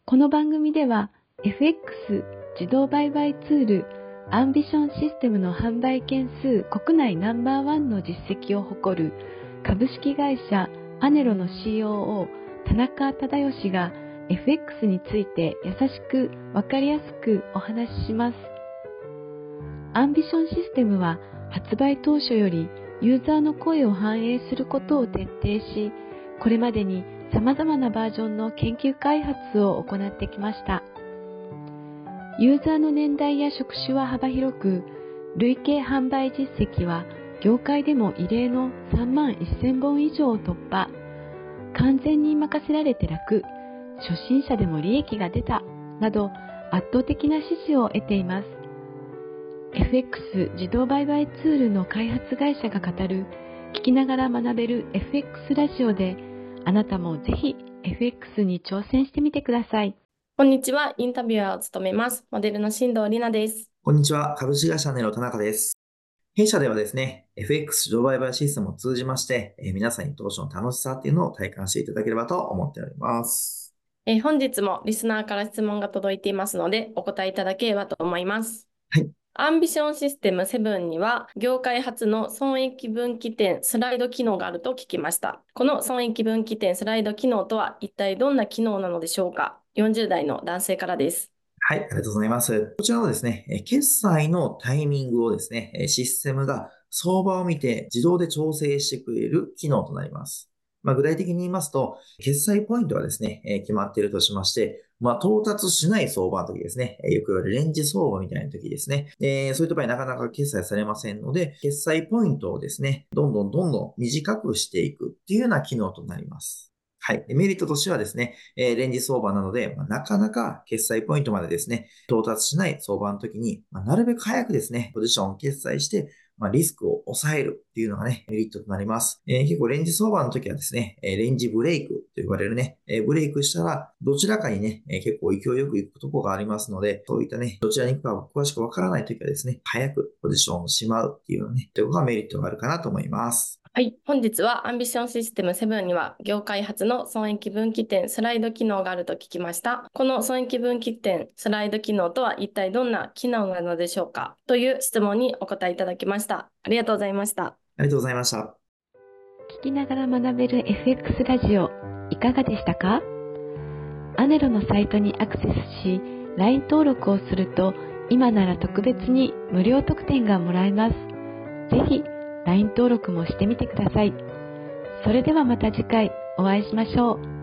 この番組では FX 自動売買ツールアンビションシステムの販売件数国内ナンバーワンの実績を誇る株式会社アネロの COO 田中忠義が FX について優しくわかりやすくお話しします。アンビションシステムは発売当初よりユーザーの声を反映することを徹底し、これまでに様々なバージョンの研究開発を行ってきました。ユーザーの年代や職種は幅広く、累計販売実績は業界でも異例の3万1000本以上を突破。完全に任せられて楽、初心者でも利益が出た、など圧倒的な支持を得ています。FX 自動売買ツールの開発会社が語る、聞きながら学べる FX ラジオで、あなたもぜひ FX に挑戦してみてください。 こんにちは。インタビュアーを務めます。モデルの進藤里奈です。 こんにちは。株式会社ネロ田中です。弊社ではですね、FX 自動売買システムを通じまして、皆さんに投資の楽しさっていうのを体感していただければと思っております。 本日もリスナーから質問が届いていますので、お答えいただければと思います。 はい。 アンビションシステム7には、業界初の損益分岐点スライド機能があると聞きました。この損益分岐点スライド機能とは一体どんな機能なのでしょうか。40代の男性からです。 はい、ありがとうございます。こちらのですね、決済のタイミングをですね、システムが相場を見て自動で調整してくれる機能となります。具体的に言いますと、決済ポイントがですね、決まっているとしまして、到達しない相場の時ですね、よく言われるレンジ相場みたいな時ですね、そういった場合なかなか決済されませんので、決済ポイントをですね、どんどん短くしていくっていうような機能となります。はい。メリットとしてはですね、レンジ相場なので、なかなか決済ポイントまでですね、到達しない相場の時に、なるべく早くですね、ポジションを決済して、リスクを抑えるっていうのがね、メリットとなります。結構レンジ相場の時はですね、レンジブレイクと呼ばれるね、ブレイクしたら、どちらかにね、結構勢いよく行くところがありますので、そういったね、どちらに行くか詳しくわからない時はですね、早くポジションをしまうっていうのね、ということがメリットがあるかなと思います。 はい。本日はアンビションシステム7には業界初の損益分岐点スライド機能があると聞きました。この損益分岐点スライド機能とは一体どんな機能なのでしょうかという質問にお答えいただきました。ありがとうございました。 ありがとうございました。 聞きながら学べる FX ラジオ、いかがでしたか？アネロのサイトにアクセスし、LINE 登録をすると、今なら特別に無料特典がもらえます。ぜひ、LINE 登録もしてみてください。それではまた次回お会いしましょう。